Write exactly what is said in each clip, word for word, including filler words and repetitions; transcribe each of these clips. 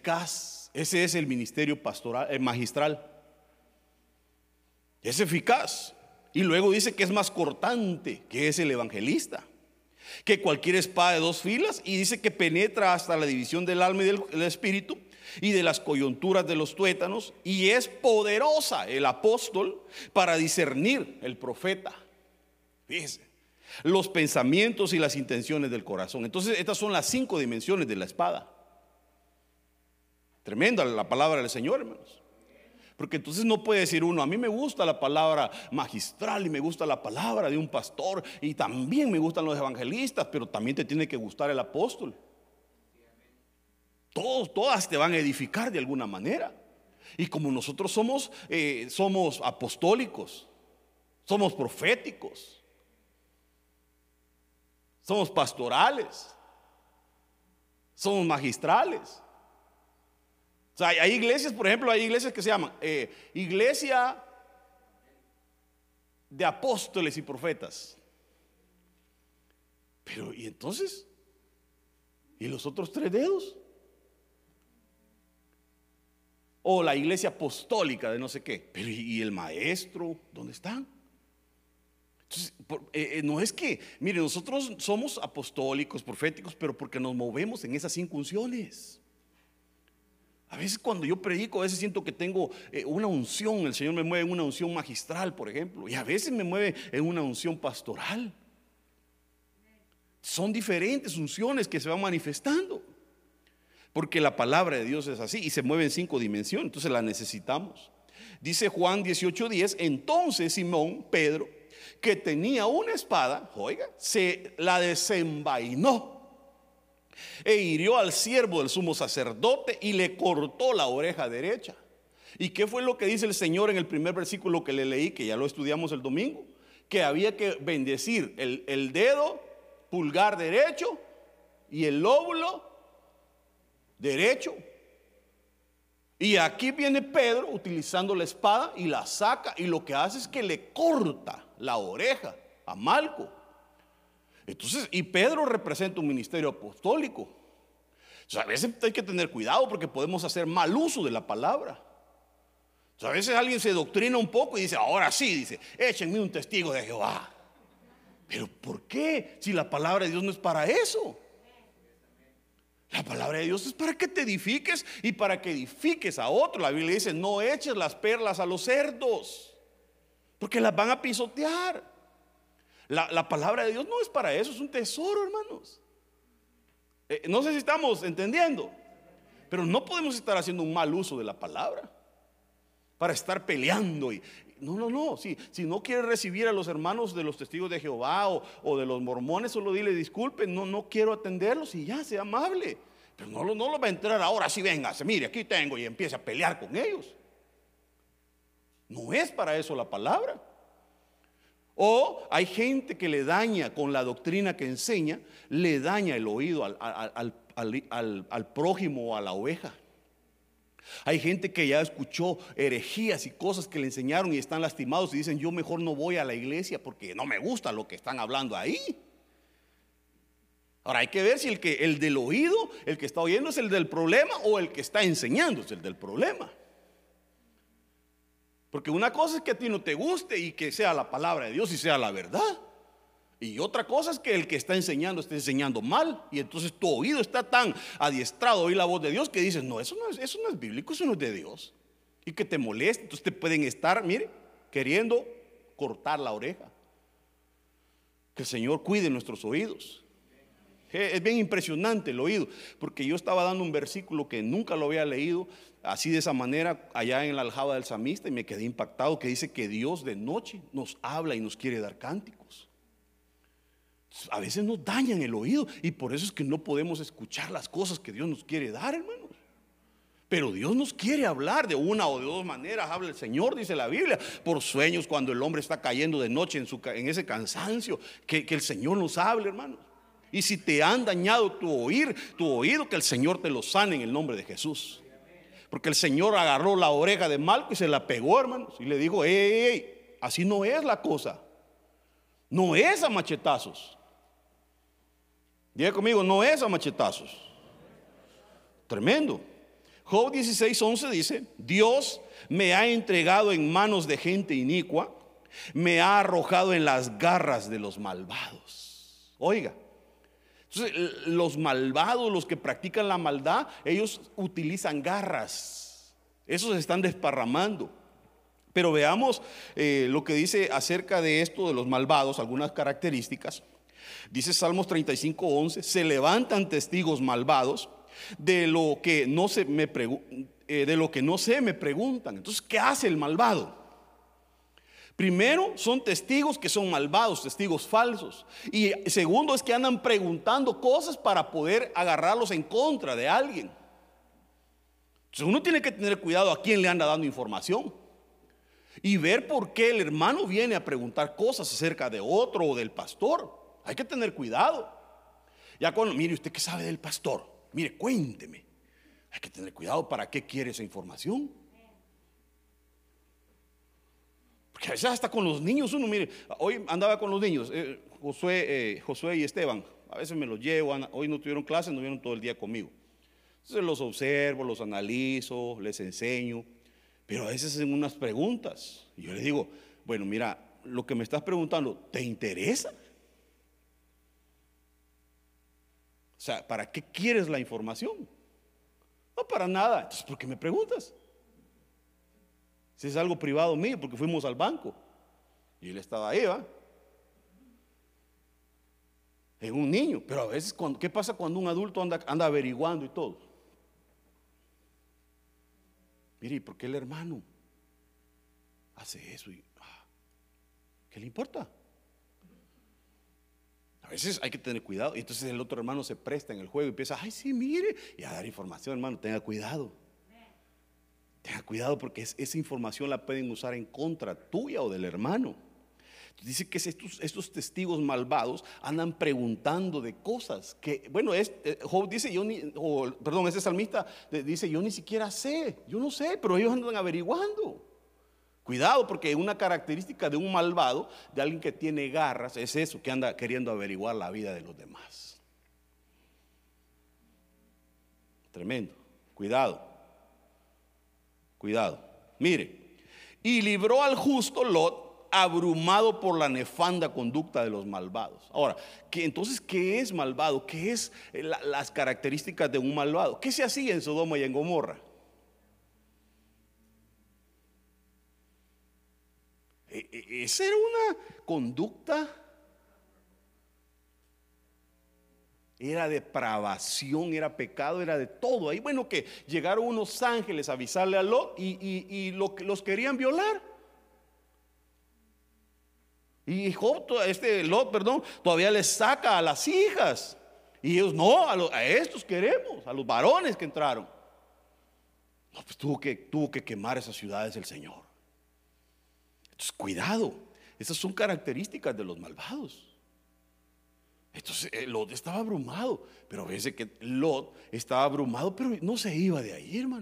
eficaz. Ese es el ministerio pastoral, el magistral. Es eficaz. Y luego dice que es más cortante, que es el evangelista, que cualquier espada de dos filas, y dice que penetra hasta la división del alma y del, del espíritu y de las coyunturas de los tuétanos, y es poderosa el apóstol para discernir, el profeta, fíjese, los pensamientos y las intenciones del corazón. Entonces estas son las cinco dimensiones de la espada. Tremenda la palabra del Señor, hermanos. Porque entonces no puede decir uno, a mí me gusta la palabra magistral y me gusta la palabra de un pastor y también me gustan los evangelistas, pero también te tiene que gustar el apóstol. Todos, todas te van a edificar de alguna manera. Y como nosotros somos, eh, somos apostólicos, somos proféticos, somos pastorales, somos magistrales. O sea, hay iglesias, por ejemplo, hay iglesias que se llaman eh, Iglesia de Apóstoles y Profetas. Pero, ¿y entonces? ¿Y los otros tres dedos? O la iglesia apostólica de no sé qué. Pero, ¿y el maestro? ¿Dónde están? Entonces, por, eh, eh, no es que, mire, nosotros somos apostólicos, proféticos, pero porque nos movemos en esas cinco unciones. A veces cuando yo predico, a veces siento que tengo eh, una unción. El Señor me mueve en una unción magistral, por ejemplo, y a veces me mueve en una unción pastoral. Son diferentes unciones que se van manifestando, porque la palabra de Dios es así y se mueve en cinco dimensiones, entonces la necesitamos. Dice Juan dieciocho diez, entonces Simón Pedro, que tenía una espada, oiga, se la desenvainó e hirió al siervo del sumo sacerdote y le cortó la oreja derecha. ¿Y qué fue lo que dice el Señor en el primer versículo que le leí, que ya lo estudiamos el domingo? Que había que bendecir el, el dedo pulgar derecho y el lóbulo derecho. Y aquí viene Pedro utilizando la espada y la saca, y lo que hace es que le corta la oreja a Malco. Entonces, y Pedro representa un ministerio apostólico. O sea, a veces hay que tener cuidado porque podemos hacer mal uso de la palabra. O sea, a veces alguien se doctrina un poco y dice, ahora sí, dice, échenme un testigo de Jehová. Pero ¿por qué? Si la palabra de Dios no es para eso. La palabra de Dios es para que te edifiques y para que edifiques a otro. La Biblia dice, no eches las perlas a los cerdos, porque las van a pisotear. La, la palabra de Dios no es para eso, es un tesoro, hermanos. Eh, no sé si estamos entendiendo, pero no podemos estar haciendo un mal uso de la palabra para estar peleando y, no, no, no, si, si no quieres recibir a los hermanos de los testigos de Jehová o, o de los mormones, solo dile disculpen, no, no quiero atenderlos y ya, sea amable. Pero no, no lo va a entrar ahora, sí, véngase, mire, aquí tengo, y empiece a pelear con ellos. No es para eso la palabra. O hay gente que le daña con la doctrina que enseña, le daña el oído al, al, al, al, al, al prójimo o a la oveja. Hay gente que ya escuchó herejías y cosas que le enseñaron y están lastimados y dicen, yo mejor no voy a la iglesia porque no me gusta lo que están hablando ahí. Ahora hay que ver si el, que, el del oído, el que está oyendo es el del problema o el que está enseñando es el del problema. Porque una cosa es que a ti no te guste y que sea la palabra de Dios y sea la verdad. Y otra cosa es que el que está enseñando esté enseñando mal. Y entonces tu oído está tan adiestrado a oír la voz de Dios que dices, no, eso no es, eso no es bíblico, eso no es de Dios. Y que te moleste, entonces te pueden estar, mire, queriendo cortar la oreja. Que el Señor cuide nuestros oídos. Es bien impresionante el oído, porque yo estaba dando un versículo que nunca lo había leído así de esa manera allá en la aljaba del Samista y me quedé impactado, que dice que Dios de noche nos habla y nos quiere dar cánticos. A veces nos dañan el oído y por eso es que no podemos escuchar las cosas que Dios nos quiere dar, hermanos. Pero Dios nos quiere hablar de una o de dos maneras. Habla el Señor, dice la Biblia, por sueños, cuando el hombre está cayendo de noche en, su, en ese cansancio, que, que el Señor nos hable, hermanos. Y si te han dañado tu oír, tu oído, que el Señor te lo sane en el nombre de Jesús. Porque el Señor agarró la oreja de Malco y se la pegó, hermanos, y le dijo, ey, ey, ey, así no es la cosa. No es a machetazos. Diga conmigo, no es a machetazos. Tremendo. Job dieciséis once dice: Dios me ha entregado en manos de gente inicua, me ha arrojado en las garras de los malvados. Oiga, entonces los malvados, los que practican la maldad, ellos utilizan garras, esos se están desparramando. Pero veamos eh, lo que dice acerca de esto de los malvados, algunas características. Dice Salmos treinta y cinco once: se levantan testigos malvados de lo que no se me pregu- eh, de lo que no sé me preguntan. Entonces, ¿qué hace el malvado? Primero, son testigos que son malvados, testigos falsos. Y segundo, es que andan preguntando cosas para poder agarrarlos en contra de alguien. Entonces, uno tiene que tener cuidado a quién le anda dando información y ver por qué el hermano viene a preguntar cosas acerca de otro o del pastor. Hay que tener cuidado. Ya cuando, mire, ¿usted qué sabe del pastor? Mire, cuénteme. Hay que tener cuidado para qué quiere esa información. Porque a veces hasta con los niños uno, mire, hoy andaba con los niños, eh, Josué, eh, Josué y Esteban. A veces me los llevo, hoy no tuvieron clases, no vieron todo el día conmigo. Entonces los observo, los analizo, les enseño. Pero a veces hacen unas preguntas y yo les digo: bueno, mira, lo que me estás preguntando, ¿te interesa? O sea, ¿para qué quieres la información? No, para nada. Entonces, ¿por qué me preguntas? Si es algo privado mío, porque fuimos al banco y él estaba ahí, ¿va? Es un niño. Pero a veces, cuando, ¿qué pasa cuando un adulto anda, anda averiguando y todo? Mire, ¿y por qué el hermano hace eso? Y, ah, ¿qué le importa? A veces hay que tener cuidado. Y entonces el otro hermano se presta en el juego y empieza: ay, sí, mire, y a dar información. Hermano, tenga cuidado. Tenga cuidado, porque es, esa información la pueden usar en contra tuya o del hermano. Entonces dice que estos, estos testigos malvados andan preguntando de cosas que, bueno, es, Job dice, yo ni, o, perdón, ese salmista dice: yo ni siquiera sé, yo no sé, pero ellos andan averiguando. Cuidado, porque una característica de un malvado, de alguien que tiene garras, es eso, que anda queriendo averiguar la vida de los demás. Tremendo. Cuidado. Cuidado. Mire, y libró al justo Lot, abrumado por la nefanda conducta de los malvados. Ahora, ¿qué, entonces, ¿qué es malvado? ¿Qué es la, las características de un malvado? ¿Qué se hacía en Sodoma y en Gomorra? Esa era una conducta, era depravación, era pecado, era de todo. Ahí, bueno, que llegaron unos ángeles a avisarle a Lot y, y, y lo, los querían violar. Y Job, este Lot, perdón, todavía les saca a las hijas. Y ellos: no, a, los, a estos queremos, a los varones que entraron. No, pues tuvo que, tuvo que quemar esas ciudades el Señor. Entonces, cuidado, esas son características de los malvados. Entonces Lot estaba abrumado, pero fíjense que Lot estaba abrumado, pero no se iba de ahí, hermano.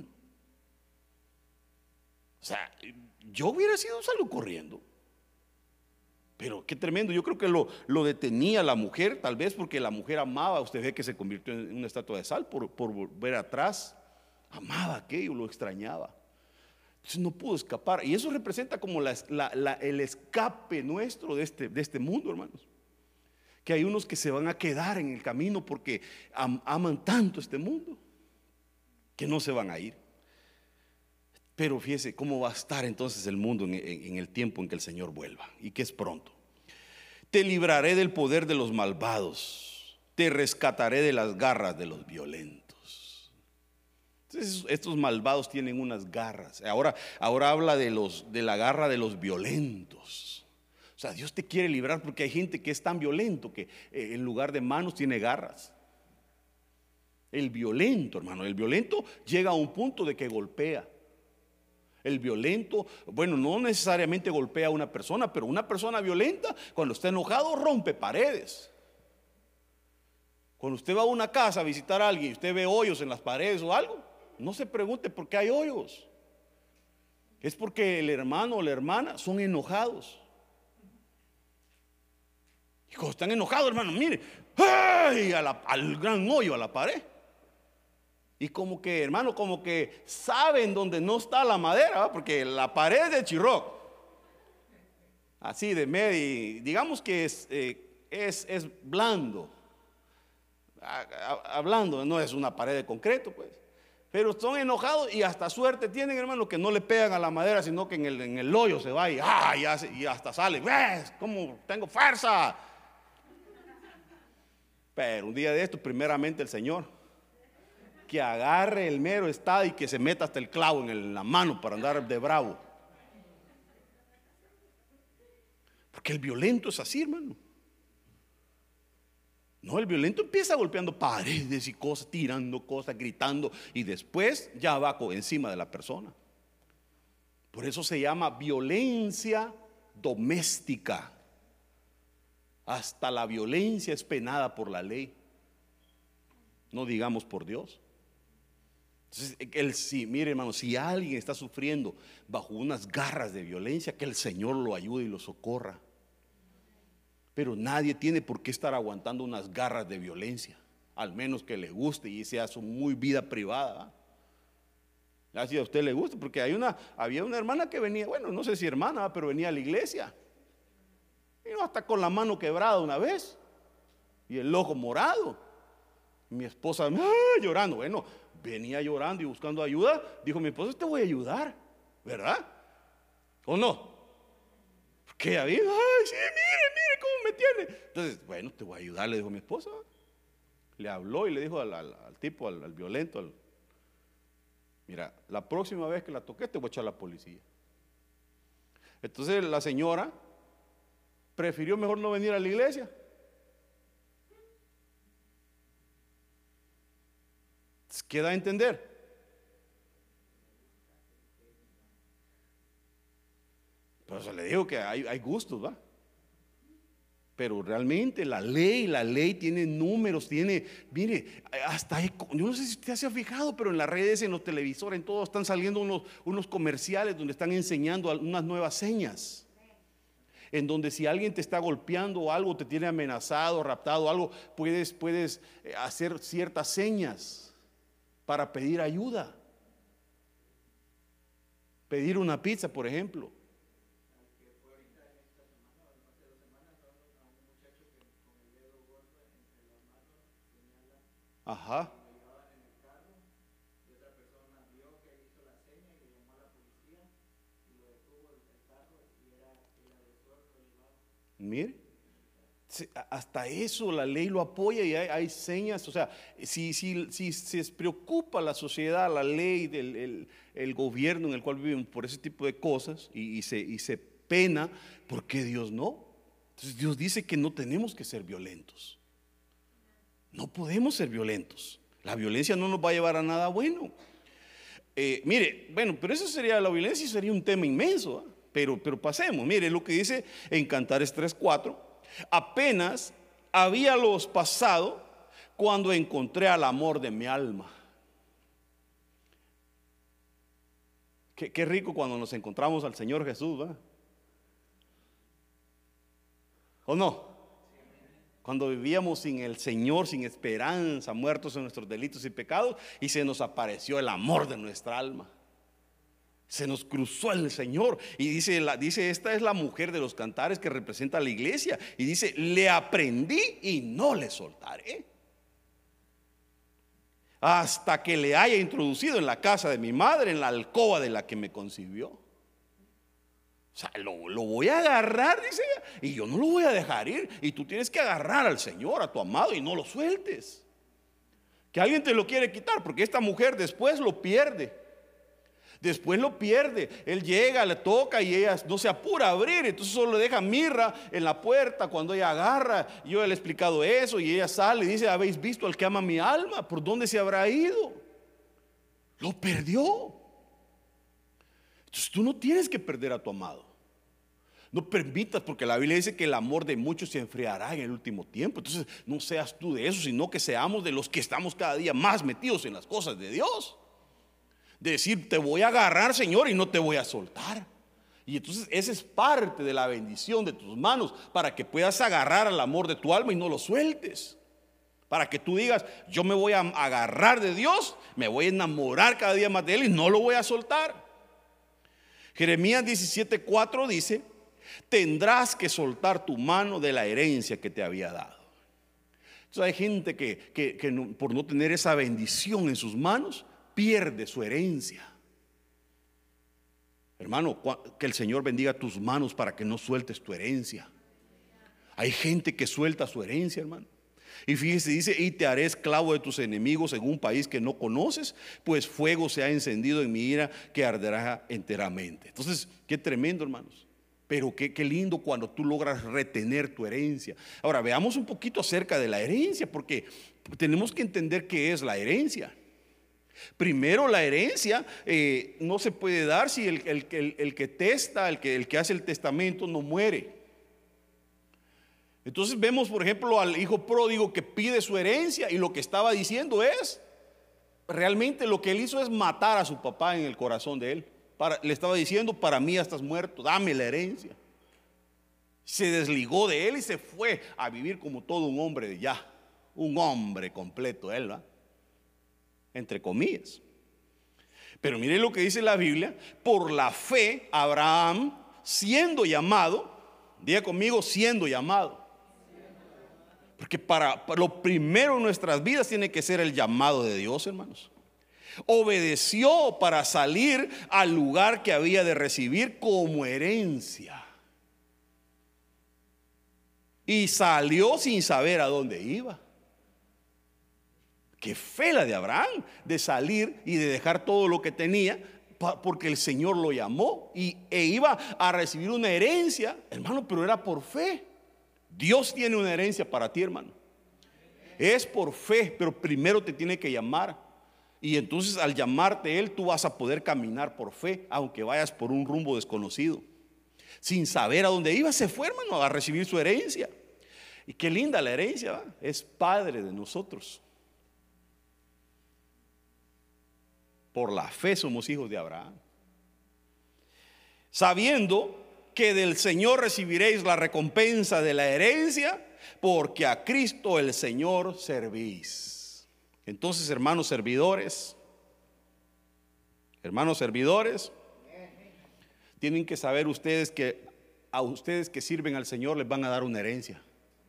O sea, yo hubiera sido salgo corriendo. Pero qué tremendo. Yo creo que lo, lo detenía la mujer, tal vez porque la mujer amaba. Usted ve que se convirtió en una estatua de sal por, por volver atrás. Amaba aquello, lo extrañaba. Entonces no pudo escapar. Y eso representa como la, la, la, el escape nuestro de este, de este mundo, hermanos. Que hay unos que se van a quedar en el camino porque am, aman tanto este mundo que no se van a ir. Pero fíjese cómo va a estar entonces el mundo en, en, en el tiempo en que el Señor vuelva, y que es pronto. Te libraré del poder de los malvados, te rescataré de las garras de los violentos. Entonces, estos malvados tienen unas garras. Ahora, ahora habla de, los, de la garra de los violentos. O sea, Dios te quiere librar porque hay gente que es tan violento que eh, en lugar de manos tiene garras. El violento, hermano, el violento llega a un punto de que golpea. El violento, bueno, no necesariamente golpea a una persona, pero una persona violenta, cuando está enojado, rompe paredes. Cuando usted va a una casa a visitar a alguien y usted ve hoyos en las paredes o algo, no se pregunte por qué hay hoyos. Es porque el hermano o la hermana son enojados. Y cuando están enojados, hermano, mire, ¡ay! A la, al gran hoyo, a la pared. Y como que, hermano, como que saben dónde no está la madera, ¿va? Porque la pared es de chirroc, así de medio, digamos que es, eh, es, es blando, hablando, no es una pared de concreto, pues. Pero son enojados y hasta suerte tienen, hermano, que no le pegan a la madera, sino que en el, en el hoyo se va y, ah, y, hace, y hasta sale. ¿Ves? ¿Cómo tengo fuerza? Pero un día de esto, primeramente el Señor, que agarre el mero estado y que se meta hasta el clavo en, el, en la mano para andar de bravo. Porque el violento es así, hermano. No, el violento empieza golpeando paredes y cosas, tirando cosas, gritando, y después ya va encima de la persona. Por eso se llama violencia doméstica. Hasta la violencia es penada por la ley, no digamos por Dios. Entonces, el, si, mire, hermano, si alguien está sufriendo bajo unas garras de violencia, que el Señor lo ayude y lo socorra. Pero nadie tiene por qué estar aguantando unas garras de violencia, al menos que le guste y sea su muy vida privada. Así a usted le gusta, porque hay una, había una hermana que venía, bueno, no sé si hermana, pero venía a la iglesia. Y no, hasta con la mano quebrada una vez y el ojo morado. Mi esposa ¡ah! llorando. Bueno, venía llorando y buscando ayuda. Dijo mi esposa, te voy a ayudar, ¿verdad? ¿O no? Porque ella dijo, ay, sí, mire, mire cómo me tiene. Entonces, bueno, te voy a ayudar, le dijo mi esposa. Le habló y le dijo al, al, al tipo, al, al violento, al, mira, la próxima vez que la toques te voy a echar a la policía. Entonces la señora prefirió mejor no venir a la iglesia. ¿Qué da a entender? Por eso le digo que hay, hay gustos, ¿va? Pero realmente la ley, la ley tiene números, tiene, mire, hasta hay, yo no sé si usted se ha fijado, pero en las redes, en los televisores, en todo están saliendo unos, unos comerciales donde están enseñando unas nuevas señas. En donde si alguien te está golpeando o algo, te tiene amenazado, raptado, algo, puedes, puedes hacer ciertas señas para pedir ayuda. Pedir una pizza, por ejemplo. Ajá. Mire, hasta eso la ley lo apoya y hay, hay señas. O sea, si, si, si se preocupa la sociedad, la ley, del, el, el gobierno en el cual viven por ese tipo de cosas y, y, se, y se pena, ¿por qué Dios no? Entonces Dios dice que no tenemos que ser violentos. No podemos ser violentos. La violencia no nos va a llevar a nada bueno. Eh, mire, bueno, pero eso sería, la violencia sería un tema inmenso, ¿eh? Pero, pero pasemos, mire lo que dice en Cantares tres cuatro. Apenas habíalos pasado cuando encontré al amor de mi alma. Qué, qué rico cuando nos encontramos al Señor Jesús, ¿verdad? ¿O no? Cuando vivíamos sin el Señor, sin esperanza, muertos en nuestros delitos y pecados, y se nos apareció el amor de nuestra alma. Se nos cruzó el Señor y dice, la, dice esta es la mujer de los cantares que representa a la iglesia. Y dice, le aprendí y no le soltaré hasta que le haya introducido en la casa de mi madre, en la alcoba de la que me concibió. O sea, lo, lo voy a agarrar, dice ella, y yo no lo voy a dejar ir. Y tú tienes que agarrar al Señor, a tu amado, y no lo sueltes. Que alguien te lo quiere quitar, porque esta mujer después lo pierde. Después lo pierde. Él llega, le toca y ella no se apura a abrir. Entonces solo le deja mirra en la puerta cuando ella agarra. Yo le he explicado eso y ella sale y dice, ¿habéis visto al que ama mi alma? ¿Por dónde se habrá ido? Lo perdió. Entonces tú no tienes que perder a tu amado. No permitas, porque la Biblia dice que el amor de muchos se enfriará en el último tiempo. Entonces no seas tú de eso, sino que seamos de los que estamos cada día más metidos en las cosas de Dios. De decir, te voy a agarrar, Señor, y no te voy a soltar. Y entonces esa es parte de la bendición de tus manos, para que puedas agarrar al amor de tu alma y no lo sueltes. Para que tú digas, yo me voy a agarrar de Dios, me voy a enamorar cada día más de Él y no lo voy a soltar. Jeremías diecisiete cuatro dice: tendrás que soltar tu mano de la herencia que te había dado. Entonces hay gente que, que, que no, por no tener esa bendición en sus manos, pierde su herencia. Hermano, que el Señor bendiga tus manos para que no sueltes tu herencia. Hay gente que suelta su herencia, hermano. Y fíjese, dice: y te haré esclavo de tus enemigos en un país que no conoces, pues fuego se ha encendido en mi ira que arderá enteramente. Entonces, qué tremendo, hermanos. Pero qué, qué lindo cuando tú logras retener tu herencia. Ahora veamos un poquito acerca de la herencia, porque tenemos que entender qué es la herencia. Primero, la herencia eh, no se puede dar si el, el, el, el que testa, el que, el que hace el testamento no muere. Entonces vemos, por ejemplo, al hijo pródigo que pide su herencia, y lo que estaba diciendo es, realmente lo que él hizo es matar a su papá en el corazón de él. Para, le estaba diciendo: para mí ya estás muerto, dame la herencia. Se desligó de él y se fue a vivir como todo un hombre de ya, un hombre completo él, ¿va? Entre comillas. Pero mire lo que dice la Biblia: por la fe Abraham, siendo llamado, diga conmigo, siendo llamado. Porque para, para lo primero en nuestras vidas tiene que ser el llamado de Dios, hermanos. Obedeció para salir al lugar que había de recibir como herencia. Y salió sin saber a dónde iba. Qué fe la de Abraham, de salir y de dejar todo lo que tenía, porque el Señor lo llamó y, e iba a recibir una herencia, hermano, pero era por fe. Dios tiene una herencia para ti, hermano. Es por fe, pero primero te tiene que llamar. Y entonces al llamarte Él, tú vas a poder caminar por fe, aunque vayas por un rumbo desconocido. Sin saber a dónde iba, se fue, hermano, a recibir su herencia. Y qué linda la herencia, ¿va? Es padre de nosotros. Por la fe somos hijos de Abraham, sabiendo que del Señor recibiréis la recompensa de la herencia, porque a Cristo el Señor servís. Entonces, hermanos servidores, hermanos servidores, tienen que saber ustedes que a ustedes que sirven al Señor les van a dar una herencia.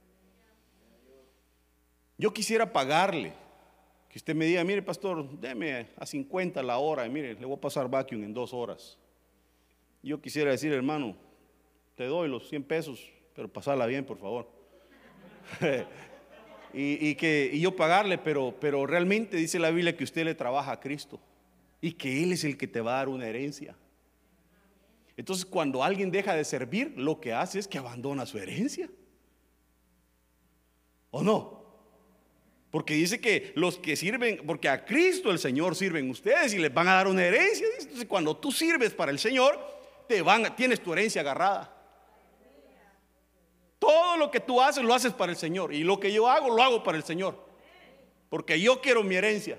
Yo quisiera pagarle, que usted me diga: mire, pastor, deme a cincuenta la hora, y mire, le voy a pasar vacuum en dos horas. Yo quisiera decir: hermano, te doy los cien pesos, pero pasarla bien, por favor. y, y, que, y yo pagarle, pero, pero realmente dice la Biblia que usted le trabaja a Cristo y que Él es el que te va a dar una herencia. Entonces, cuando alguien deja de servir, lo que hace es que abandona su herencia, ¿o no? Porque dice que los que sirven, porque a Cristo el Señor sirven ustedes y les van a dar una herencia. Entonces, cuando tú sirves para el Señor, te van, tienes tu herencia agarrada. Todo lo que tú haces lo haces para el Señor, y lo que yo hago lo hago para el Señor, porque yo quiero mi herencia.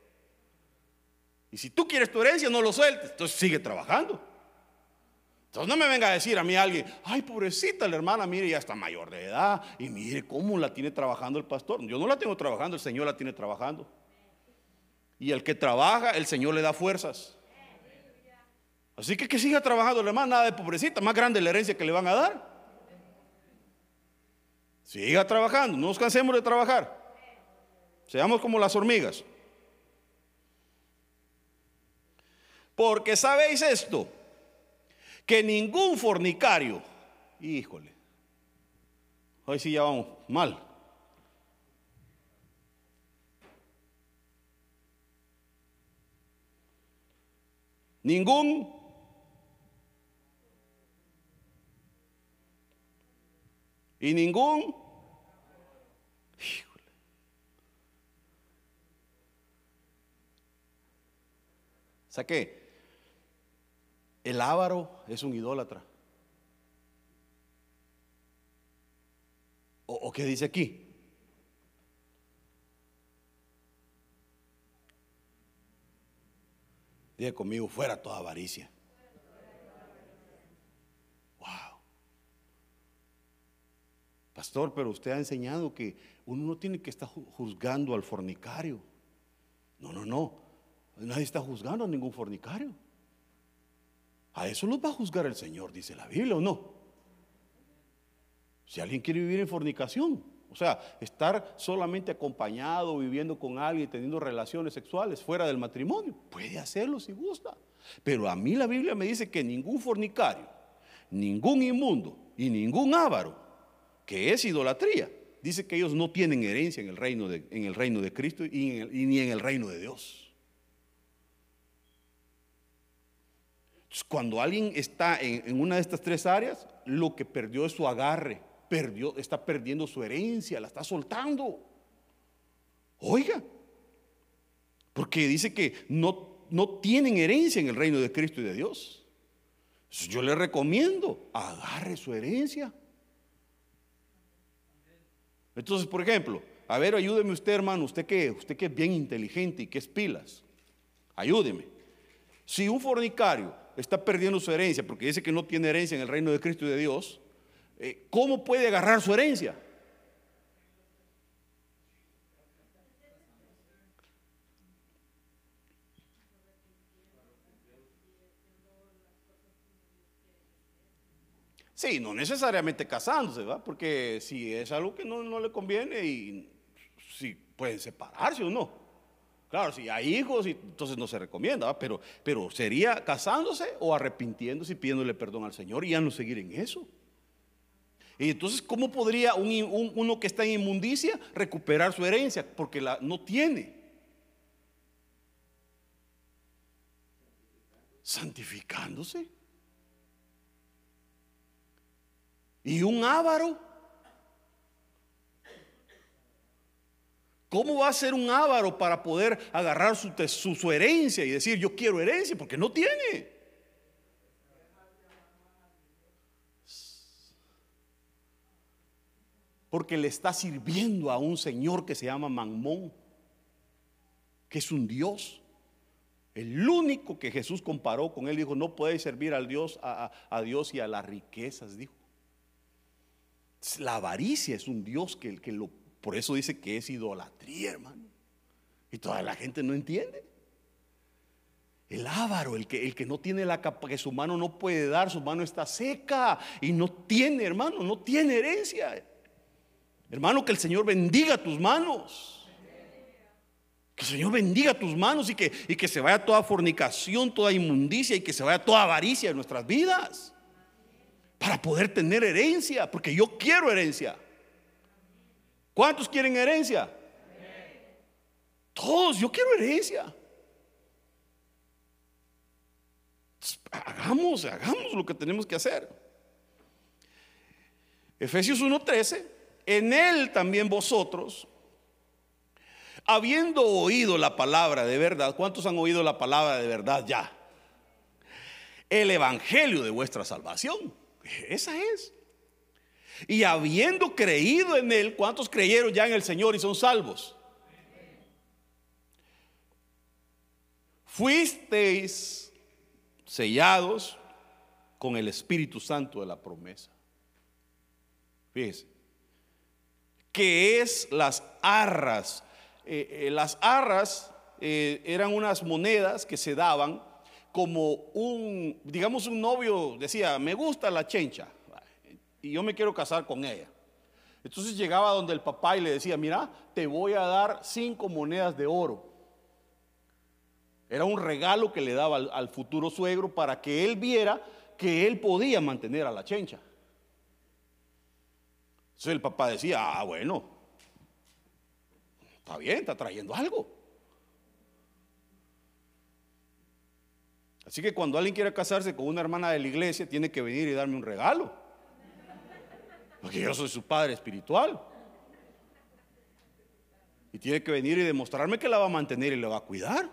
Y si tú quieres tu herencia, no lo sueltes, entonces sigue trabajando. Entonces no me venga a decir a mí alguien: ay, pobrecita la hermana, mire, ya está mayor de edad y mire cómo la tiene trabajando el pastor. Yo no la tengo trabajando, el Señor la tiene trabajando. Y el que trabaja, el Señor le da fuerzas. Así que que siga trabajando la hermana, nada de pobrecita, más grande la herencia que le van a dar. Siga trabajando, no nos cansemos de trabajar. Seamos como las hormigas. Porque sabéis esto, que ningún fornicario, híjole, hoy sí ya vamos mal. Ningún y ningún, híjole, saqué. El avaro es un idólatra. ¿O, o qué dice aquí? Diga conmigo: fuera toda avaricia. Wow. Pastor, pero usted ha enseñado que uno no tiene que estar juzgando al fornicario. No, no, no. Nadie está juzgando a ningún fornicario. A eso los va a juzgar el Señor, dice la Biblia, ¿o no? Si alguien quiere vivir en fornicación, o sea, estar solamente acompañado, viviendo con alguien, teniendo relaciones sexuales fuera del matrimonio, puede hacerlo si gusta. Pero a mí la Biblia me dice que ningún fornicario, ningún inmundo y ningún avaro, que es idolatría, dice que ellos no tienen herencia en el reino de, en el reino de Cristo y, en el, y ni en el reino de Dios. Entonces, cuando alguien está en, en una de estas tres áreas, lo que perdió es su agarre, perdió, está perdiendo su herencia, la está soltando. Oiga, porque dice que no, no tienen herencia en el reino de Cristo y de Dios. Entonces, yo le recomiendo, agarre su herencia. Entonces, por ejemplo, a ver, ayúdeme usted, hermano, usted que, usted que es bien inteligente y que es pilas, ayúdeme. Si un fornicario está perdiendo su herencia porque dice que no tiene herencia en el reino de Cristo y de Dios, eh, ¿cómo puede agarrar su herencia? Sí, no necesariamente casándose, ¿va? Porque si es algo que no, no le conviene, y si pueden separarse o no. Claro, si hay hijos, entonces no se recomienda, ¿va? Pero, pero sería casándose o arrepintiéndose y pidiéndole perdón al Señor y ya no seguir en eso. Y entonces, ¿cómo podría un, un, uno que está en inmundicia recuperar su herencia? Porque la, no tiene. Santificándose. Y un avaro, ¿cómo va a ser un avaro para poder agarrar su, su, su herencia y decir yo quiero herencia? Porque no tiene. Porque le está sirviendo a un señor que se llama Mamón, que es un Dios. El único que Jesús comparó con él, dijo, no puedes servir al Dios, a, a, a Dios y a las riquezas, dijo. La avaricia es un Dios que, que lo, por eso dice que es idolatría, hermano. Y toda la gente no entiende. El avaro, el que, el que no tiene la capa, que su mano no puede dar, su mano está seca y no tiene, hermano, no tiene herencia. Hermano, que el Señor bendiga tus manos. Que el Señor bendiga tus manos y que, y que se vaya toda fornicación, toda inmundicia y que se vaya toda avaricia de nuestras vidas. Para poder tener herencia, porque yo quiero herencia. ¿Cuántos quieren herencia? Todos, yo quiero herencia. Hagamos, hagamos lo que tenemos que hacer. Efesios uno trece, en él también vosotros, habiendo oído la palabra de verdad. ¿Cuántos han oído la palabra de verdad ya? El evangelio de vuestra salvación. Esa es. Y habiendo creído en él, ¿cuántos creyeron ya en el Señor y son salvos? Fuisteis sellados con el Espíritu Santo de la promesa. Fíjese, que es las arras. Eh, eh, las arras eh, eran unas monedas que se daban como un, digamos, un novio decía, me gusta la chencha y yo me quiero casar con ella. Entonces llegaba donde el papá y le decía, mira, te voy a dar cinco monedas de oro. Era un regalo que le daba al, al futuro suegro para que él viera que él podía mantener a la chencha. Entonces el papá decía, ah, bueno, está bien, está trayendo algo. Así que cuando alguien quiere casarse con una hermana de la iglesia, tiene que venir y darme un regalo, porque yo soy su padre espiritual. Y tiene que venir y demostrarme que la va a mantener y la va a cuidar.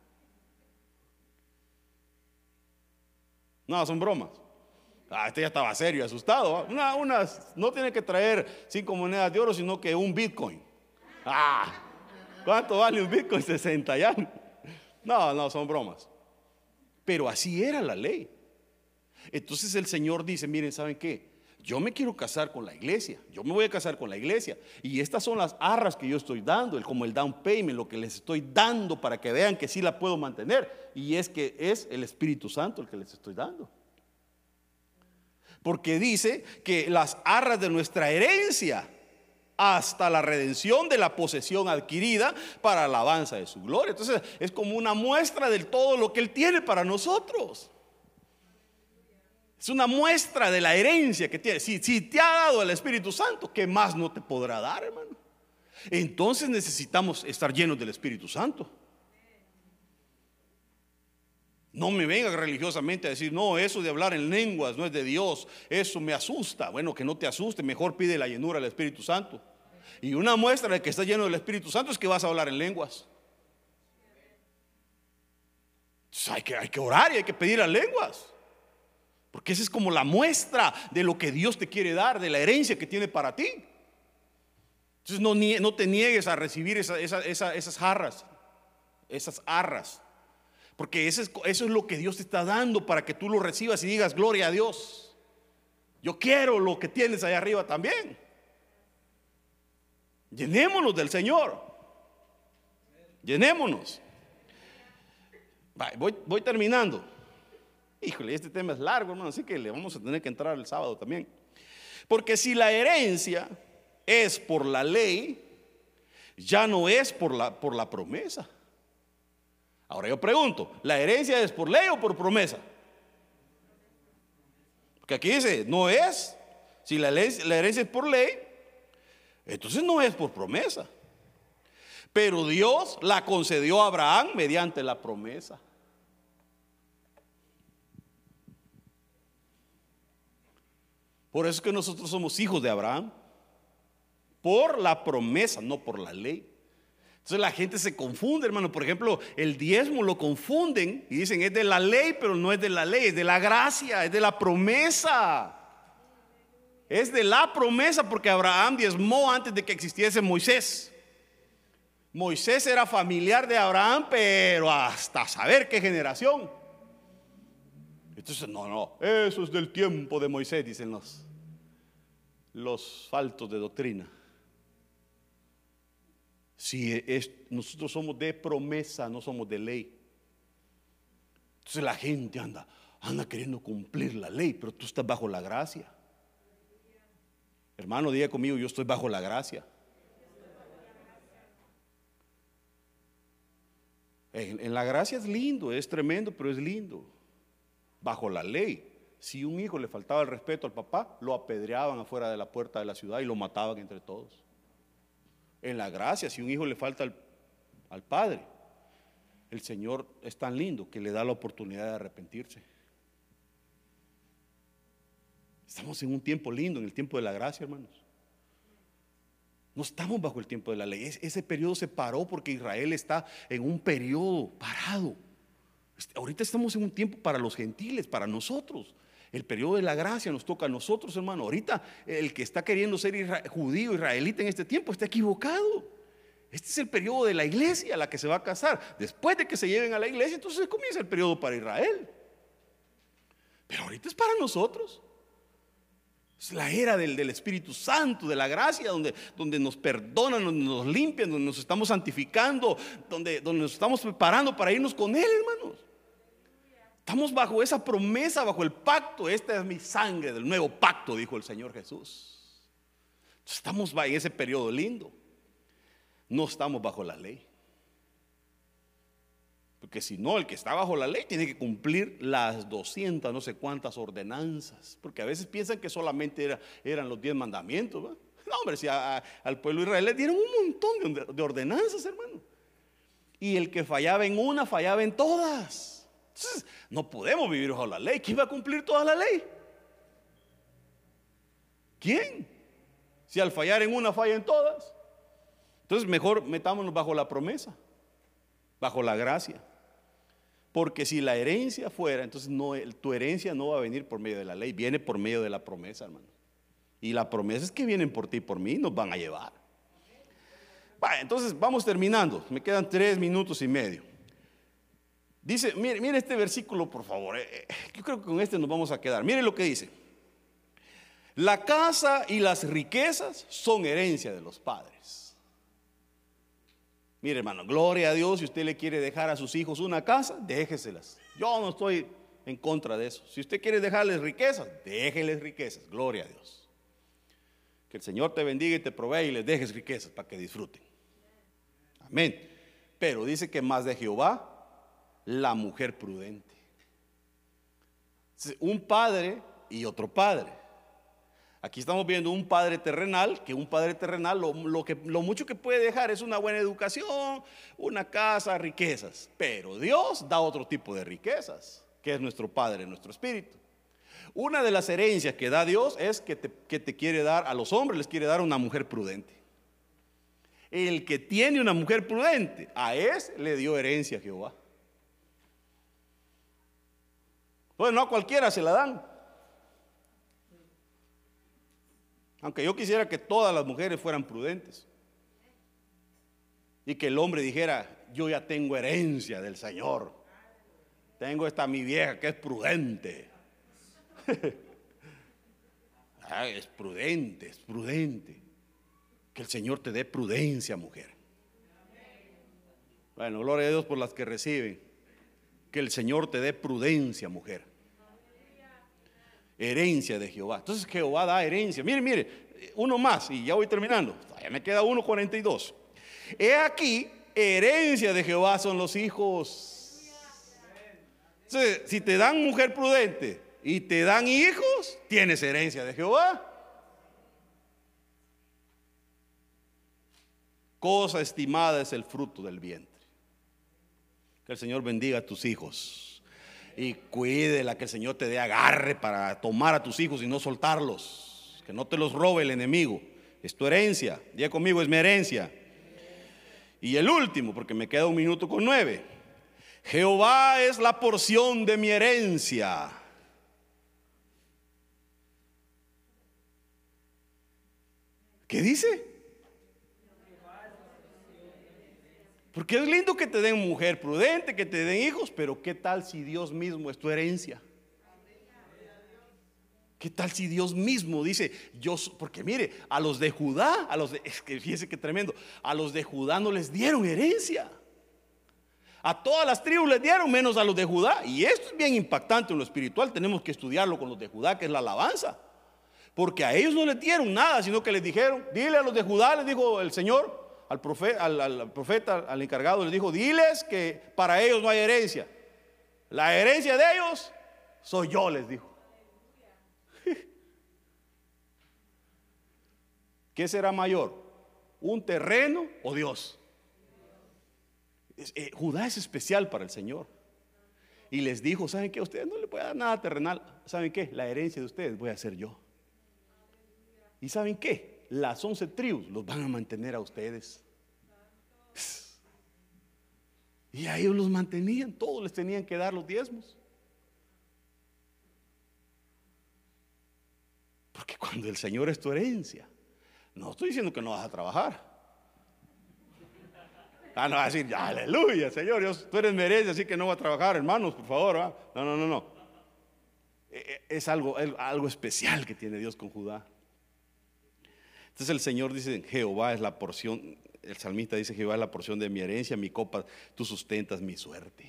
No, son bromas. Ah, este ya estaba serio, asustado. Una, unas, no tiene que traer cinco monedas de oro, sino que un Bitcoin. Ah, ¿cuánto vale un Bitcoin? sesenta ya. No, no, son bromas. Pero así era la ley. Entonces el Señor dice, miren, ¿saben qué? yo me quiero casar con la iglesia, yo me voy a casar con la iglesia, y estas son las arras que yo estoy dando, el, como el down payment, lo que les estoy dando para que vean que sí la puedo mantener, y es que es el Espíritu Santo el que les estoy dando. Porque dice que las arras de nuestra herencia hasta la redención de la posesión adquirida para alabanza de su gloria. Entonces es como una muestra de todo lo que Él tiene para nosotros. Es una muestra de la herencia que tiene. Si, si te ha dado el Espíritu Santo, ¿qué más no te podrá dar, hermano? Entonces necesitamos estar llenos del Espíritu Santo. No me venga religiosamente a decir, no, eso de hablar en lenguas no es de Dios, eso me asusta. Bueno, que no te asuste, mejor pide la llenura del Espíritu Santo. Y una muestra de que estás lleno del Espíritu Santo es que vas a hablar en lenguas. Entonces hay que, hay que orar y hay que pedir las lenguas, porque esa es como la muestra de lo que Dios te quiere dar, de la herencia que tiene para ti. Entonces no, no te niegues a recibir esa, esa, esa, esas jarras, esas arras. Porque eso es, eso es lo que Dios te está dando para que tú lo recibas y digas gloria a Dios. Yo quiero lo que tienes allá arriba también. Llenémonos del Señor. Llenémonos. Voy, voy terminando. Híjole, este tema es largo, hermano, así que le vamos a tener que entrar el sábado también. Porque si la herencia es por la ley, ya no es por la, por la promesa. Ahora yo pregunto, ¿la herencia es por ley o por promesa? Porque aquí dice, no es. Si la, ley, la herencia es por ley, entonces no es por promesa. Pero Dios la concedió a Abraham mediante la promesa. Por eso es que nosotros somos hijos de Abraham, por la promesa, no por la ley. Entonces la gente se confunde, hermano. Por ejemplo, el diezmo lo confunden y dicen es de la ley, pero no es de la ley, es de la gracia, es de la promesa. Es de la promesa, porque Abraham diezmó antes de que existiese Moisés. Moisés era familiar de Abraham, pero hasta saber qué generación. Entonces, no, no, eso es del tiempo de Moisés, dicen los, los faltos de doctrina. Si es, nosotros somos de promesa, no somos de ley. Entonces la gente anda, anda queriendo cumplir la ley, pero tú estás bajo la gracia. Hermano, diga conmigo, yo estoy bajo la gracia. En, en la gracia es lindo, es tremendo, pero es lindo. Bajo la ley, si un hijo le faltaba el respeto al papá, lo apedreaban afuera de la puerta de la ciudad y lo mataban entre todos. En la gracia, si un hijo le falta al, al padre, el Señor es tan lindo que le da la oportunidad de arrepentirse. Estamos en un tiempo lindo, en el tiempo de la gracia, hermanos. No estamos bajo el tiempo de la ley. Ese periodo se paró porque Israel está en un periodo parado. Ahorita estamos en un tiempo para los gentiles, para nosotros. El periodo de la gracia nos toca a nosotros, hermano. Ahorita el que está queriendo ser isra- judío, israelita en este tiempo está equivocado. Este es el periodo de la iglesia a la que se va a casar. Después de que se lleven a la iglesia, entonces comienza el periodo para Israel. Pero ahorita es para nosotros. Es la era del, del Espíritu Santo, de la gracia, donde, donde nos perdonan, donde nos limpian, donde nos estamos santificando, donde, donde nos estamos preparando para irnos con Él, hermanos. Estamos bajo esa promesa, bajo el pacto. Esta es mi sangre del nuevo pacto, dijo el Señor Jesús. Estamos en ese periodo lindo. No estamos bajo la ley. Porque si no, el que está bajo la ley tiene que cumplir las doscientas no sé cuántas ordenanzas. Porque a veces piensan que solamente era, eran los diez mandamientos, ¿verdad? No, hombre, si a, a, al pueblo de Israel le dieron un montón de, de ordenanzas, hermano. Y el que fallaba en una, fallaba en todas. Entonces, no podemos vivir bajo la ley. ¿Quién va a cumplir toda la ley? ¿Quién? Si al fallar en una, falla en todas. Entonces mejor metámonos bajo la promesa, bajo la gracia. Porque si la herencia fuera, entonces no, tu herencia no va a venir por medio de la ley, viene por medio de la promesa, hermano. Y la promesa es que vienen por ti y por mí, nos van a llevar. Bueno, entonces vamos terminando. Me quedan tres minutos y medio. Dice, mire, mire este versículo, por favor. Yo creo que con este nos vamos a quedar. Mire lo que dice. La casa y las riquezas son herencia de los padres. Mire, hermano, gloria a Dios. Si usted le quiere dejar a sus hijos una casa, déjeselas. Yo no estoy en contra de eso. Si usted quiere dejarles riquezas, déjeles riquezas. Gloria a Dios. Que el Señor te bendiga y te provea y les dejes riquezas para que disfruten. Amén. Pero dice que más de Jehová la mujer prudente. Un padre y otro padre. Aquí estamos viendo un padre terrenal, que un padre terrenal lo, lo, que, lo mucho que puede dejar es una buena educación, una casa, riquezas. Pero Dios da otro tipo de riquezas, que es nuestro Padre, nuestro Espíritu. Una de las herencias que da Dios es que te, que te quiere dar, a los hombres les quiere dar una mujer prudente. El que tiene una mujer prudente, a ese le dio herencia a Jehová. Pues no a cualquiera se la dan. Aunque yo quisiera que todas las mujeres fueran prudentes y que el hombre dijera: yo ya tengo herencia del Señor, tengo esta mi vieja que es prudente. Ah, es prudente, es prudente. Que el Señor te dé prudencia, mujer. Bueno, gloria a Dios por las que reciben. Que el Señor te dé prudencia, mujer. Herencia de Jehová. Entonces Jehová da herencia. Mire, mire, uno más y ya voy terminando. Ya me queda uno cuarenta y dos. He aquí, herencia de Jehová son los hijos. Entonces, si te dan mujer prudente y te dan hijos, tienes herencia de Jehová. Cosa estimada es el fruto del vientre. Que el Señor bendiga a tus hijos y cuídela, que el Señor te dé agarre para tomar a tus hijos y no soltarlos, que no te los robe el enemigo. Es tu herencia. Diga conmigo: es mi herencia. Y el último, porque me queda un minuto con nueve: Jehová es la porción de mi herencia. ¿Qué dice? Porque es lindo que te den mujer prudente, que te den hijos, pero ¿qué tal si Dios mismo es tu herencia? ¿Qué tal si Dios mismo dice: yo, porque mire, a los de Judá, a los de, es que fíjese qué tremendo, a los de Judá no les dieron herencia. A todas las tribus les dieron, menos a los de Judá. Y esto es bien impactante en lo espiritual. Tenemos que estudiarlo con los de Judá, que es la alabanza. Porque a ellos no les dieron nada, sino que les dijeron: dile a los de Judá, les dijo el Señor al profeta, al, al profeta, al encargado, les dijo: diles que para ellos no hay herencia. La herencia de ellos soy yo, les dijo. ¿Qué será mayor? ¿Un terreno o Dios? Eh, Judá es especial para el Señor. Y les dijo: ¿saben qué? A ustedes no les voy a dar nada terrenal. ¿Saben qué? La herencia de ustedes voy a hacer yo. ¿Y saben qué? Las once tribus los van a mantener a ustedes. Y a ellos los mantenían. Todos les tenían que dar los diezmos. Porque cuando el Señor es tu herencia, no estoy diciendo que no vas a trabajar. Ah, no vas a decir: aleluya, Señor, Dios, tú eres mi herencia, así que no voy a trabajar, hermanos, por favor. ¿va? No, no, no, no. Es algo, algo especial que tiene Dios con Judá. Entonces el Señor dice: Jehová es la porción. El salmista dice: Jehová es la porción de mi herencia, mi copa, tú sustentas mi suerte.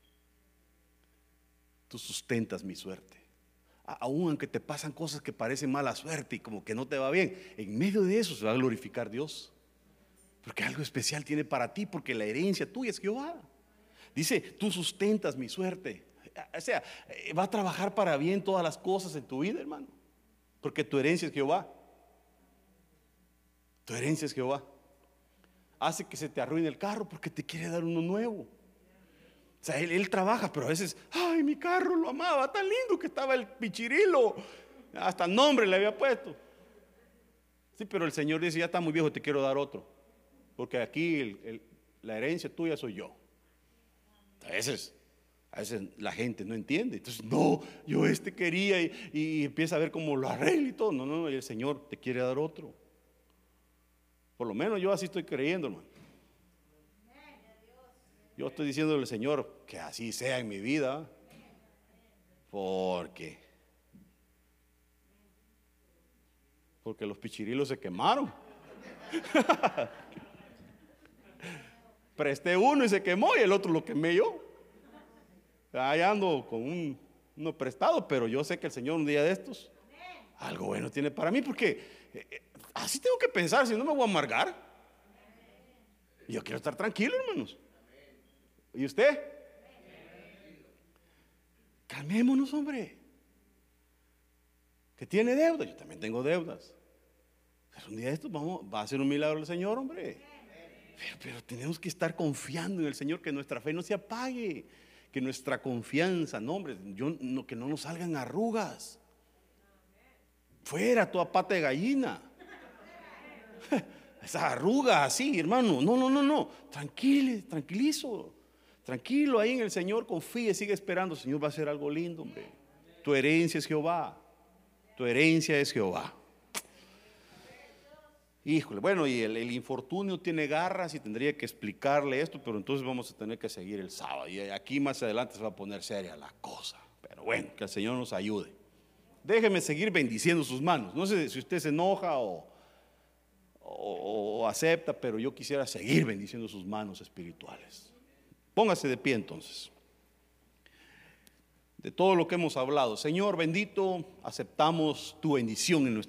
Tú sustentas mi suerte. Aún aunque te pasan cosas que parecen mala suerte y como que no te va bien, en medio de eso se va a glorificar Dios. Porque algo especial tiene para ti, porque la herencia tuya es Jehová. Dice: tú sustentas mi suerte. O sea, va a trabajar para bien todas las cosas en tu vida, hermano. Porque tu herencia es Jehová. Tu herencia es Jehová. Hace que se te arruine el carro porque te quiere dar uno nuevo. O sea, él, él trabaja, pero a veces: ay, mi carro lo amaba, tan lindo que estaba el pichirilo, hasta nombre le había puesto. Sí, pero el Señor dice: ya está muy viejo, te quiero dar otro. Porque aquí el, el, la herencia tuya soy yo. A veces, a veces la gente no entiende. Entonces: no, yo este quería y, y empieza a ver cómo lo arregla y todo. No, no, no, y el Señor te quiere dar otro. Por lo menos yo así estoy creyendo, hermano. Yo estoy diciéndole al Señor que así sea en mi vida. Porque porque los pichirilos se quemaron. Presté uno y se quemó y el otro lo quemé yo. Ahí ando con un, uno prestado, pero yo sé que el Señor un día de estos algo bueno tiene para mí, porque eh, así tengo que pensar, si no me voy a amargar. Yo quiero estar tranquilo, hermanos. ¿Y usted? Calmémonos, hombre. ¿Que tiene deuda? Yo también tengo deudas. Pero un día de estos vamos, va a ser un milagro el Señor, hombre. Pero, pero tenemos que estar confiando en el Señor, que nuestra fe no se apague, que nuestra confianza, no, hombre, yo, no, que no nos salgan arrugas. Fuera toda pata de gallina. Esa arruga así, hermano. No, no, no, no. Tranquilo, tranquilizo. Tranquilo ahí en el Señor, confíe, sigue esperando. El Señor va a hacer algo lindo, hombre. Tu herencia es Jehová. Tu herencia es Jehová. Híjole, bueno, y el, el infortunio tiene garras y tendría que explicarle esto, pero entonces vamos a tener que seguir el sábado. Y aquí más adelante se va a poner seria la cosa. Pero bueno, que el Señor nos ayude. Déjeme seguir bendiciendo sus manos. No sé si usted se enoja o, o, o acepta, pero yo quisiera seguir bendiciendo sus manos espirituales. Póngase de pie entonces. De todo lo que hemos hablado, Señor bendito, aceptamos tu bendición en nuestra